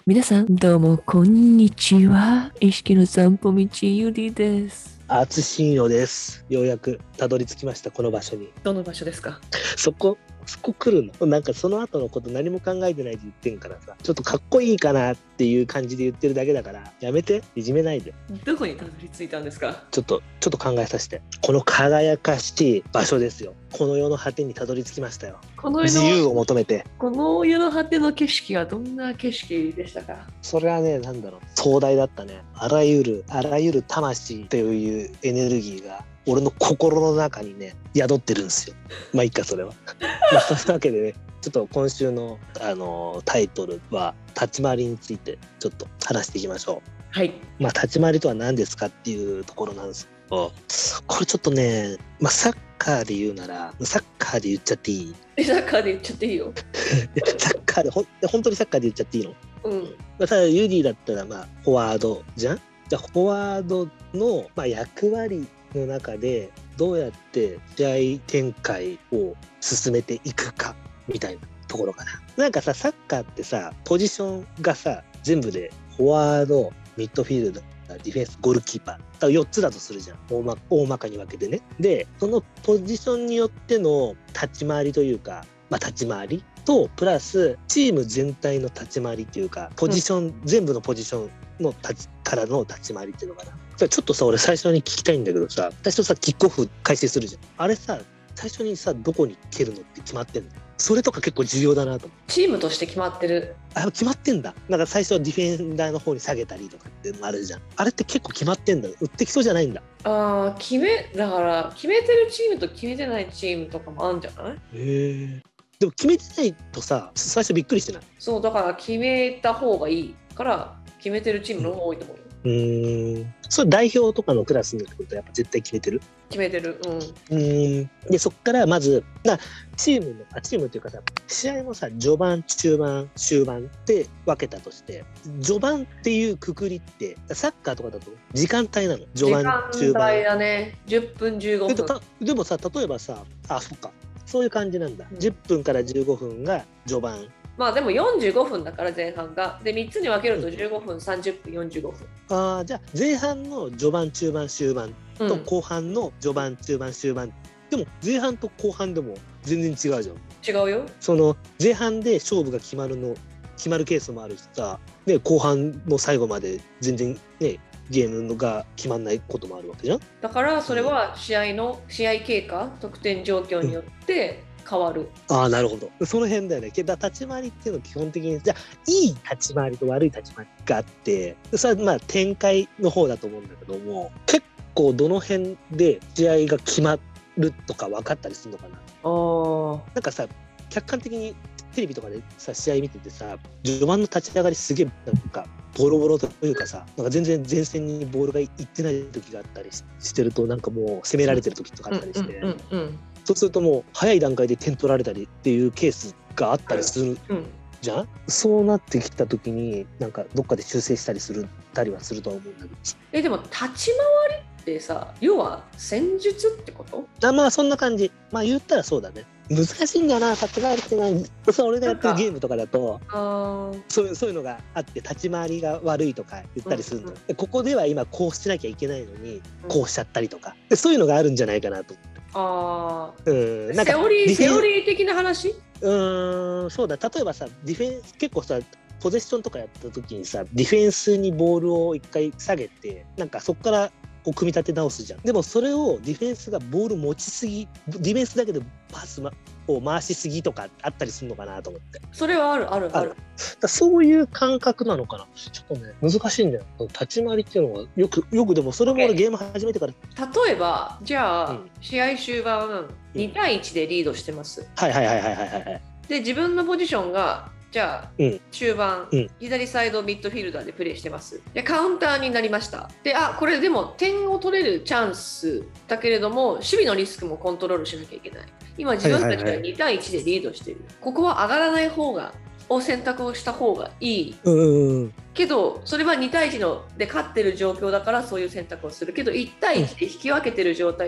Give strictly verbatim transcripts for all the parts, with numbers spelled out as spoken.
皆さんどうもこんにちは。意識の散歩道ゆりです。 あつしんよです。ようやくたどり着きました、この場所に。 どの場所ですか？ そこそこ来るのなんかその後のこと何も考えてないで言ってんからさ、ちょっとかっこいいかなっていう感じで言ってるだけだから、やめて、いじめないで。 どこにたどり着いたんですか？ ちょっとちょっと考えさせて。この輝かしい場所ですよ。この世の果てにたどり着きましたよ。 この自由を求めて。 この世の果ての景色はどんな景色でしたか？ それはね、なんだろう、壮大だったね。あらゆるあらゆる魂というエネルギーが俺の心の中にね宿ってるんですよ。まあいいか、それは。まあそういうわけでね、ちょっと今週の、あのータイトルは立ち回りについてちょっと話していきましょはい。 う。まあ立ち回りとは何ですかっていうところなんですけど、これちょっとね、まあサッカーで言うならサッカーで言っちゃっていい？ え、サッカーで言っちゃっていいよ。 サッカーでほん本当にサッカーで言っちゃっていいの？ うん。 まあ、ただユディだったらまあフォワードじゃん。じゃあフォワードの、まあ、役割の中でどうやって試合展開を進めていくかみたいなところかな。なんかさ、サッカーってさ、ポジションがさ全部でフォワード、ミッドフィルド、ディフェンス、ゴールキーパー、だからよっつだとするじゃん、大ま大まかに分けてね。でそのポジションによっての立ち回りというか、まあ、立ち回りとプラスチーム全体の立ち回りっていうか、ポジション、うん、全部のポジションの立ちからの立ち回りっていうのかな。ちょっとさ、俺最初に聞きたいんだけどさ、最初さキックオフ開始するじゃん。あれさ、最初にさどこに蹴るのって決まってんの？それとか結構重要だなと思う。 チームとして決まってる。 あ、決まってんだ。なんか最初はディフェンダーの方に下げたりとかってのもあるじゃん。あれって結構決まってんだ。打ってきそうじゃないんだ。 ああ、決めだから決めてるチームと決めてないチームとかもあるんじゃない？ へえ。でも決めてないとさ、最初びっくりしてない？ そうだから決めた方がいいから決めてるチームの方が多いと思うよ。 うーん、それ代表とかのクラスになってくるとやっぱ絶対決めてる？ 決めてる。うん。 うーん。でそっからまずなチームのあチームっていうかさ、試合もさ序盤、中盤、終盤って分けたとして、序盤っていうくくりってサッカーとかだと時間帯なの？序盤、中盤。 時間帯だね。じゅっぷんじゅうごふん。 で, でもさ、例えばさ、あ、そっか、そういう感じなんだ。じゅっぷんからじゅうごふんが序盤。 まあでもよんじゅうごふんだから前半が。でみっつに分けるとじゅうごふん、さんじゅっぷん、よんじゅうごふん。 ああ、じゃあ前半の序盤、中盤、終盤と後半の序盤、中盤、終盤。でも前半と後半でも全然違うじゃん。 違うよ。 その前半で勝負が決まるの決まるケースもあるしさ、で後半の最後まで全然ねゲームが決まんないこともあるわけじゃん。 だからそれは試合の試合経過、得点状況によって変わる。 うん、ああ、なるほど。その辺だよね。だ立ち回りっていうのは基本的にじゃあいい立ち回りと悪い立ち回りがあって、それはまあ展開の方だと思うんだけども、結構どの辺で試合が決まるとか分かったりするのかな。 あ、 なんかさ、客観的にテレビとかでさ試合見ててさ、序盤の立ち上がりすげえなんかボロボロというかさ、なんか全然前線にボールがいってない時があったりしてると、なんかもう攻められてる時とかあったりして、 うんうんうんうん、 そうするともう早い段階で点取られたりっていうケースがあったりする、 うん、 じゃん。そうなってきた時になんかどっかで修正したりするたりはするとは思うんだけど。えでも立ち回りってさ、要は戦術ってこと？ あ、まあそんな感じ。まあ言ったらそうだね。難しいんだな、立ち回りってのは。そう、俺がやってるゲームとかだとあそういう、そういうのがあって、立ち回りが悪いとか言ったりするの、うんうん、でここでは今こうしなきゃいけないのにこうしちゃったりとか、でそういうのがあるんじゃないかなと思って。 あ、 うん、なんかセオリー、セオリー的な話？ うーん、そうだ。例えばさ、ディフェンス結構さポゼッションとかやった時にさ、ディフェンスにボールを一回下げて、なんかそこからこう組み立て直すじゃん。でもそれをディフェンスがボール持ちすぎ、ディフェンスだけでパスを回しすぎとかあったりするのかなと思って。それはあるあるある。 だそういう感覚なのかな。ちょっとね難しいんだよ。立ち回りっていうのはよくよくでもそれも俺ゲーム始めてから。 例えばじゃあ、うん、試合終盤にたいいちでリードしてます。 うん、はいはいはいはいはいはい。 で自分のポジションがじゃあ、うん、中盤、 うん、 左サイドミッドフィルダーでプレーしてます。でカウンターになりました。で、あ、これでも点を取れるチャンスだけれども守備のリスクもコントロールしなきゃいけない。今自分たちがにたいいちでリードしている、はいはいはい、ここは上がらない方がを選択をした方がいい、うんうんうん、けどそれはにたいいちので勝ってる状況だからそういう選択をするけど、いちたいいちで引き分けてる状態で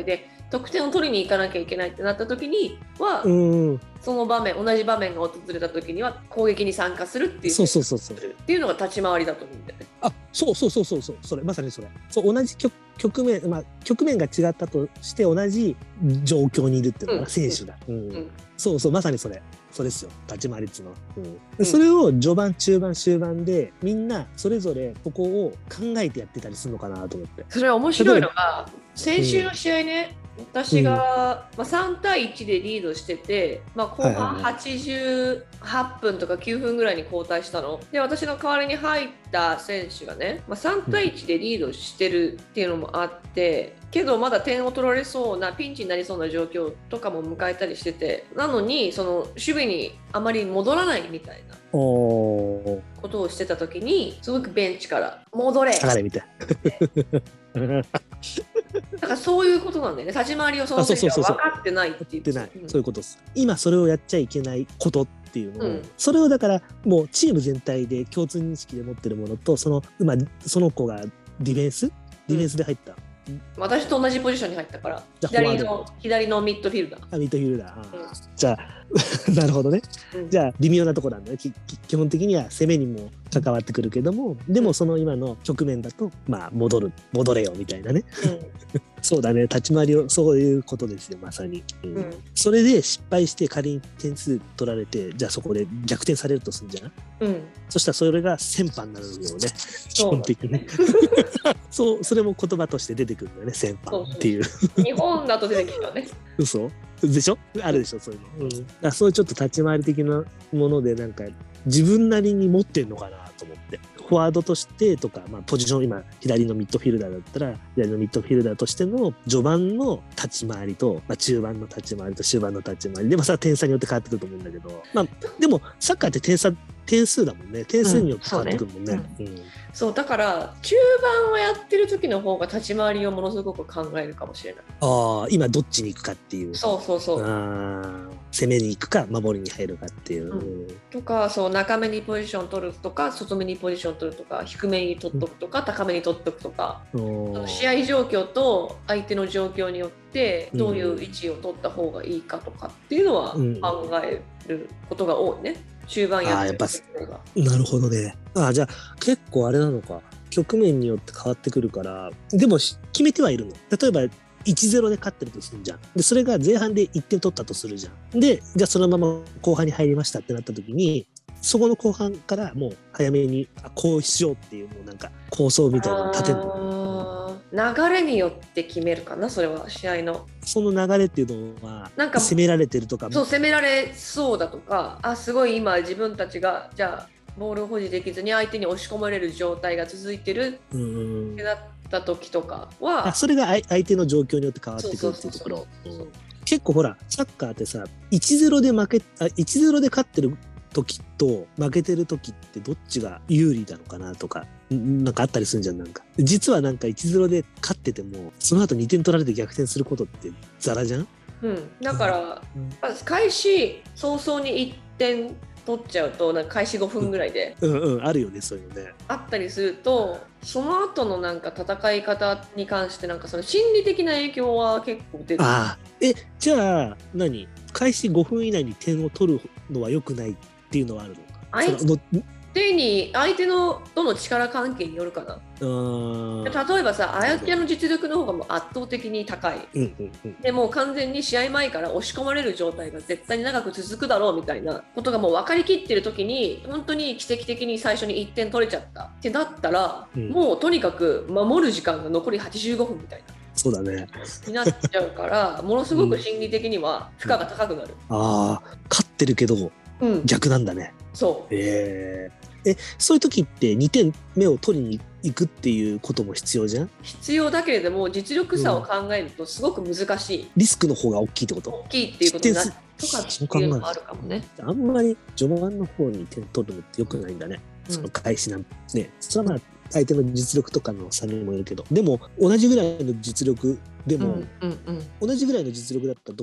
得点を取りに行かなきゃいけないってなった時には、 うん、 その場面同じ場面が訪れた時には攻撃に参加するっていうそうそうそうそうっていうのが立ち回りだと思うんだよね。 あ、そうそうそうそうそう、それまさにそれ。そう同じ局局面、まあ局面が違ったとして同じ状況にいるっていうのが、 うん、 選手だ、うんうん。 そうそうまさにそれ。そうですよ。立ち回りっつうのは、うんうで。 んそれを序盤中盤終盤でみんなそれぞれここを考えてやってたりするのかなと思って。 それは面白いのが先週の試合ね、うん、私が、まあ、さん対いちでリードしてて、まあ、後半はちじゅうはっぷんとかきゅうふんぐらいに交代したので、私の代わりに入った選手がね、まあ、さん対いちでリードしてるっていうのもあってけどまだ点を取られそうなピンチになりそうな状況とかも迎えたりしてて、なのにその守備にあまり戻らないみたいなことをしてた時にすごくベンチから戻れ下がれみたいなだからそういうことなんだよね。立ち回りをその選手は分かってないって言ってない、 うん、そういうことです。今それをやっちゃいけないことっていうのを、 うん、 それをだからもうチーム全体で共通認識で持ってるものと、その今その子がディフェンスディフェンスで入った、 うん、私と同じポジションに入ったから左の左のミッドフィルダーあミッドフィルダー、 うん、 じゃあなるほどね、うん、じゃあ微妙なところなんだね。基本的には攻めにも関わってくるけども、でもその今の局面だとまあ戻る戻れよみたいなね、うん、そうだね、立ち回りをそういうことですよまさに、うんうん、それで失敗して仮に点数取られて、じゃあそこで逆転されるとするんじゃない、うん、そしたらそれが戦犯になるよね基本的にねそうそれも言葉として出てくるんだよね、戦犯っていう日本だと出てきたね嘘でしょ、あるでしょそういうの、うん、だそういうちょっと立ち回り的なものでなんか自分なりに持ってんのかなと思って、フォワードとしてとか、まあ、ポジション今左のミッドフィルダーだったら左のミッドフィルダーとしての序盤の立ち回りと、まあ、中盤の立ち回りと終盤の立ち回りでもさ点差によって変わってくると思うんだけど、まあ、でもサッカーって点差点数だもんね、点数によって変わってくるもんね、うんそうね、うん、 そうだから中盤をやってる時の方が立ち回りをものすごく考えるかもしれない。 ああ今どっちに行くかっていう、 そうそうそう、 あ攻めに行くか守りに入るかっていう、うん、 とかそう中目にポジション取るとか外目にポジション取るとか低めに取っとくとか、うん、高めに取っとくとか、その試合状況と相手の状況によってどういう位置を取った方がいいかとかっていうのは考えることが多いね、中盤やってる方が。なるほどね。あじゃあ結構あれなのか、局面によって変わってくるから、でも決めてはいるの。例えばいちたいゼロで勝ってるとするじゃん。でそれが前半でいってん取ったとするじゃん。でじゃあそのまま後半に入りましたってなった時に、そこの後半からもう早めにこうしようっていうもうなんか構想みたいなのを立てるの。 流れによって決めるかな、それは試合のその流れっていうのはなんか攻められてるとか、 そう攻められそうだとか、あすごい今自分たちがじゃあボールを保持できずに相手に押し込まれる状態が続いてるってなった時とかは、 あそれが相手の状況によって変わってくるっていうところ。結構ほらサッカーってさ いちたいゼロ で負けあいちたいゼロ で勝ってる時と負けてる時ってどっちが有利なのかなとかなんかあったりするんじゃん。なんか実はなんか いちたいゼロ で勝っててもその後にてん取られて逆転することってザラじゃん、 うん、だから、うん、開始早々にいってん取っちゃうとなんか開始ごふんぐらいで、 うん、うんうんあるよねそういうのね。 あったりするとその後のなんか戦い方に関してなんかその心理的な影響は結構出る。 あえじゃあ何開始ごふん以内に点を取るのは良くないっていうのはあるのか。 相手に相手のとの力関係によるかな。 あ例えばさ相手の実力の方がもう圧倒的に高い、 うんうんうん、 でもう完全に試合前から押し込まれる状態が絶対に長く続くだろうみたいなことがもう分かりきってる時に本当に奇跡的に最初にいってん取れちゃったってなったら、うん、もうとにかく守る時間が残りはちじゅうごふんみたいなそうだねになっちゃうからものすごく心理的には負荷が高くなる、 うん、ああ勝ってるけど、うん、逆なんだね。 そうえーえそういう時ってにてんめを取りに行くっていうことも必要じゃん。 必要だけれども実力差を考えるとすごく難しい、うん、 リスクの方が大きいってこと。 大きいっていうことになるとかっていうのもあるかもね。 あんまり序盤の方に点取るのってよくないんだね、うん、その開始なんね。それはまあ相手の実力とかの差にもよるけど、でも同じぐらいの実力でも、うんうんうん、同じぐらいの実力だったらどうなの。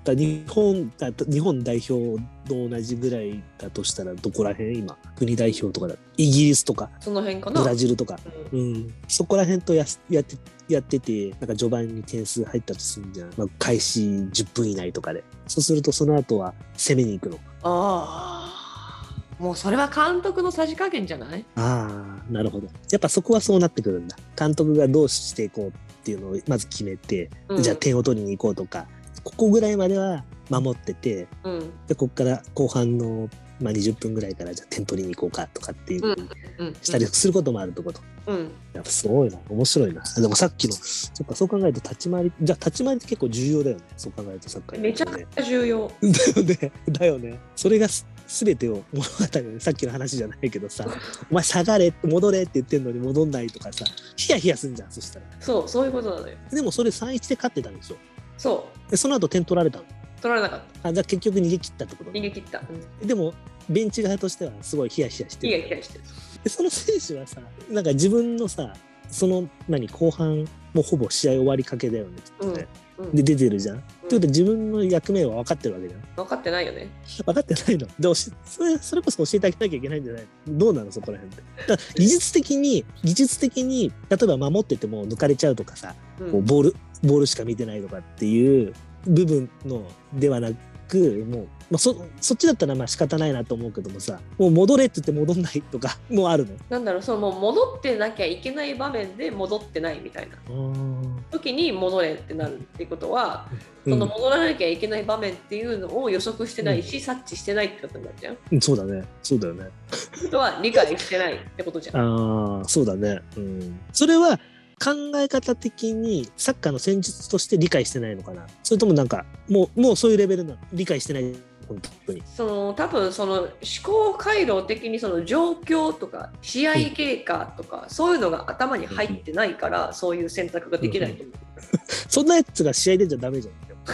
だ日本だ日本代表と同じぐらいだとしたらどこら辺今国代表とかだイギリスとかその辺かなブラジルとか、うんうん、そこら辺とややってやっててなんか序盤に点数入ったとするんじゃん、まあ、開始じゅっぷん以内とかでそうするとその後は攻めに行くの。 ああもうそれは監督のさじ加減じゃない？ ああなるほど。やっぱそこはそうなってくるんだ。監督がどうしていこうっていうのをまず決めて、うん、じゃあ点を取りに行こうとかここぐらいまでは守ってて、うん、でここから後半の、まあ、にじゅっぷんぐらいからじゃあ点取りに行こうかとかっていう、うんうん、したりすることもあるってこと、うん、やっぱすごいな面白いな。でもさっきのそっかそう考えると立ち回りじゃあ立ち回りって結構重要だよね。そう考えるとサッカー、ね、 めちゃくちゃ重要だよねだよね。それが全てを物語のさっきの話じゃないけどさお前下がれ戻れって言ってんのに戻んないとかさヒヤヒヤすんじゃん。そしたらそうそういうことなのよ。 でもそれ さんたいいち で勝ってたんでしょ。 そうでその後点取られたの？ 取られなかった。 あじゃあ結局逃げ切ったってことね。 逃げ切った、 うん、でもベンチ側としてはすごいヒヤヒヤしてる。 ヒヤヒヤしてる。 でその選手はさなんか自分のさその何後半もうほぼ試合終わりかけだよねきっとね、うんうん、で出てるじゃん、うん、ってことで自分の役目は分かってるわけじゃん。 分かってないよね。 分かってないのでそれ、それこそ教えてあげなきゃいけないんじゃない？どうなのそこら辺って。だから技術的に技術的に例えば守ってても抜かれちゃうとかさ、うん、こうボールボールしか見てないとかっていう部分のではなくもう、まあ、そ, そっちだったらまあ仕方ないなと思うけどもさもう戻れって言って戻んないとかもうあるの？ なんだろうそのもう戻ってなきゃいけない場面で戻ってないみたいな時に戻れってなるっていうことは、うん、その戻らなきゃいけない場面っていうのを予測してないし、うん、察知してないってことになっちゃう、 うん、そうだねそうだよねことは理解してないってことじゃん。 ああそうだね、うん、それは考え方的にサッカーの戦術として理解してないのかな。それともなんかもうもうそういうレベルなの理解してない本当に。 その多分その思考回路的にその状況とか試合経過とか、うん、そういうのが頭に入ってないから、うん、そういう選択ができないと思う、 うん、そんなやつが試合出ちゃダメじゃ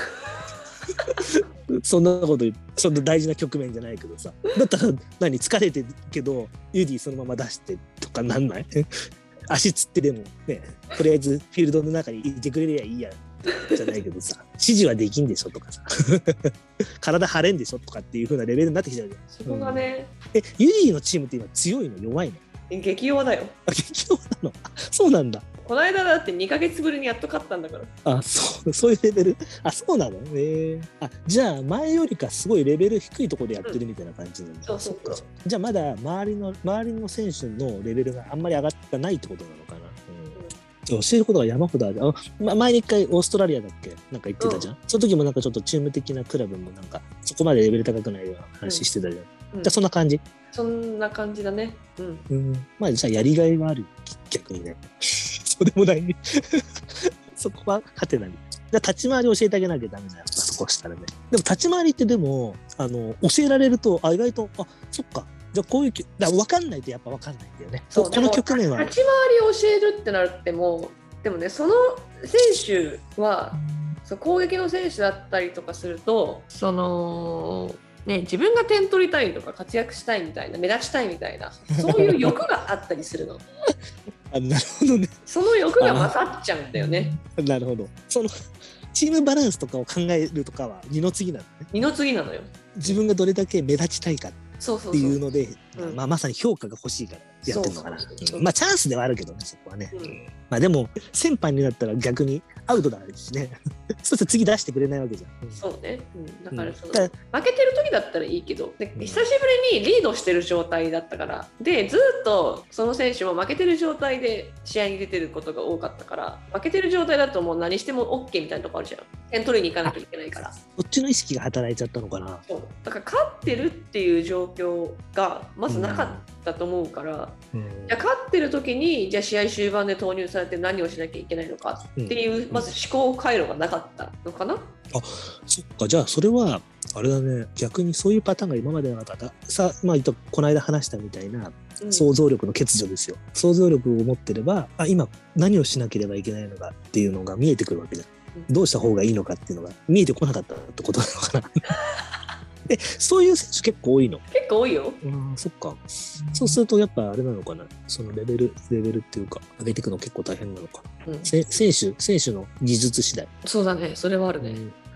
んそんなこと言ってそんな大事な局面じゃないけどさだったら何疲れてるけどユディそのまま出してとかなんない足つってでもねとりあえずフィールドの中にいてくれりゃいいやじゃないけどさ指示はできんでしょとかさ体張れんでしょとかっていう風なレベルになってきちゃうじゃん。 そこがね、 うん、えユディのチームって今強いの弱いの？ 激弱だよ。 あ激弱なの？そうなんだ。 この間だってにかげつぶりにやっと勝ったんだから。 あそうそういうレベル。あそうなのね、えー、あじゃあ前よりかすごいレベル低いところでやってるみたいな感じなんだ、うん、そうそうそう。じゃあまだ周りの周りの選手のレベルがあんまり上がってないってことなのかな、うん、教えることが山ほどある。あ、ま、前に一回オーストラリアだっけなんか言ってたじゃん、うん、その時もなんかちょっとチーム的なクラブもなんかそこまでレベル高くないような話してたじゃん、うん、じゃあそんな感じ？ そんな感じだね。うん。うん、 まあじゃあやりがいはある逆にね。そうでもないね。そこは勝てない。じゃあ立ち回り教えてあげなきゃダメだよ。そこしたらね。でも立ち回りってでもあの教えられるとあ意外とあそっか。じゃあこういうだ分かんないとやっぱ分かんないんだよね。そうこの局面は。 立ち回りを教えるってなってもでもねその選手はそう攻撃の選手だったりとかするとその。ね、自分が点取りたいとか活躍したいみたいな目立ちたいみたいなそういう欲があったりするのあなるほどね。 その欲が勝っちゃうんだよね。 なるほど。そのチームバランスとかを考えるとかは二の次なのね。 二の次なのよ。 自分がどれだけ目立ちたいかっていうのでそうそうそう、うんまあ、まさに評価が欲しいからやってるのかな。まあチャンスではあるけどねそこはね、うん、まあでも先輩になったら逆にアウトだしねそして次出してくれないわけじゃん、うん、そうね、うん、だからその、うん、負けてる時だったらいいけどで久しぶりにリードしてる状態だったからでずっとその選手も負けてる状態で試合に出てることが多かったから負けてる状態だともう何しても OK みたいなとこあるじゃん。点取りに行かなきゃいけないからそっちの意識が働いちゃったのかな。そうだから勝ってるっていう状況がまずなかったと思うから、うんうん、じゃあ勝ってる時にじゃあ試合終盤で投入されて何をしなきゃいけないのかっていう、うん、まず思考回路がなかったのかな。あそっかじゃあそれはあれだね逆にそういうパターンが今までなかったさまあこの間話したみたいな想像力の欠如ですよ、うん、想像力を持ってればあ今何をしなければいけないのかっていうのが見えてくるわけじゃん、うん、どうした方がいいのかっていうのが見えてこなかったってことなのかなえそういう選手結構多いの？結構多いよ。うんそっか。そうするとやっぱあれなのかなそのレベルレベルっていうか上げていくの結構大変なのかな、うん、選手選手の技術次第。そうだねそれはあるね、うん、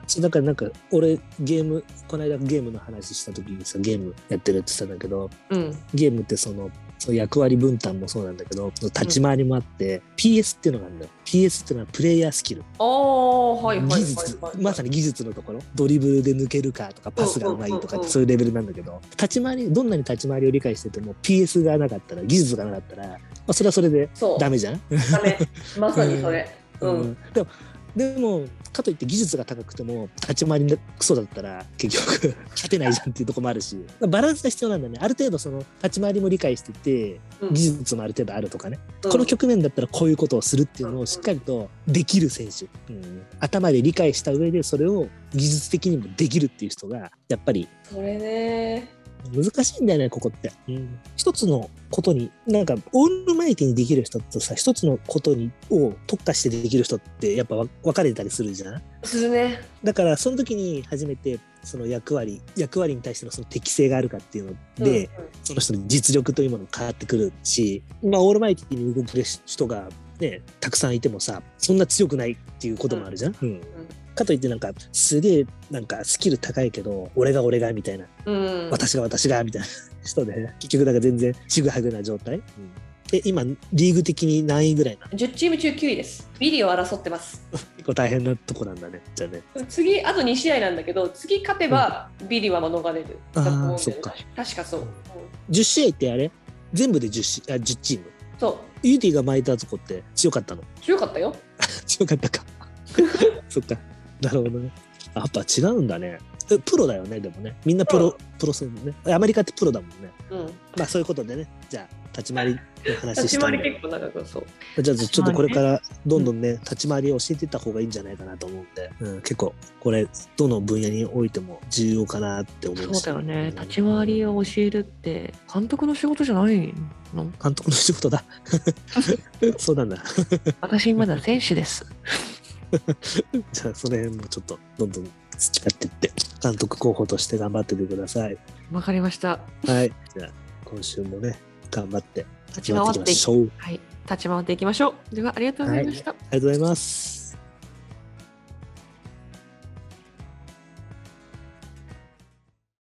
そうだからなんか俺ゲームこの間ゲームの話した時にさゲームやってるって言ってたんだけど、 うん、 ゲームってそのその役割分担もそうなんだけど立ち回りもあって、うん、ピーエス っていうのがあるんだよ。 ピーエス っていうのはプレイヤースキル、 あー、はいはいはいはい、 技術、まさに技術のところ、ドリブルで抜けるかとかパスがうまいとかってそういうレベルなんだけど、立ち回りどんなに立ち回りを理解してても ピーエス がなかったら技術がなかったら、まあ、それはそれでダメじゃん。 ダメ、まさにそれ、うん、うん、 でもでもかといって技術が高くても立ち回りクソだったら結局勝てないじゃんっていうところもあるし、バランスが必要なんだね。ある程度その立ち回りも理解してて、うん、技術もある程度あるとかね、うん、この局面だったらこういうことをするっていうのをしっかりとできる選手、うん、頭で理解した上でそれを技術的にもできるっていう人がやっぱりそれね難しいんだよねここって、うん、一つのことになんかオールマイティにできる人とさ一つのことにを特化してできる人ってやっぱ分かれたりするじゃん。 するね。 だからその時に初めてその役割役割に対してのその適性があるかっていうので、うんうん、その人の実力というものも変わってくるし、まあオールマイティに動ける人がねたくさんいてもさそんな強くないっていうこともあるじゃん、うんうん、かといってなんかすげえなんかスキル高いけど俺が俺がみたいな、うん、私が私がみたいな人で結局なんか全然ちぐはぐな状態、うん、で今リーグ的に何位ぐらいなの？ じゅうチーム中きゅういです。ビリを争ってます結構大変なとこなんだね。じゃあね次あとに試合なんだけど次勝てばビリは逃れる、 うん、ああそっか確かそう、うん、 じゅう試合ってあれ全部で 10, しあじゅうチーム。 そうユーティが巻いたとこって強かったの？ 強かったよ強かったかそっかなるほどね。やっぱ違うんだね。プロだよね。でもねみんなプロ、うん、プロ戦ね。アメリカってプロだもんね、うん、まあそういうことでね。じゃあ立ち回りの話したんで立ち回り結構長くそうじゃあちょっとこれからどんどんね、うん、立ち回りを教えていった方がいいんじゃないかなと思うんで、うん、結構これどの分野においても重要かなって思いました。 そうだよね、立ち回りを教えるって監督の仕事じゃないの？ 監督の仕事だそうなんだ私まだ選手ですじゃあその辺もちょっとどんどん培っていって監督候補として頑張っててください。 わかりました。 はい、じゃあ今週もね頑張って立ち回っていきましょう。 はい、立ち回っていきましょう。ではありがとうございました。 はい、ありがとうございます。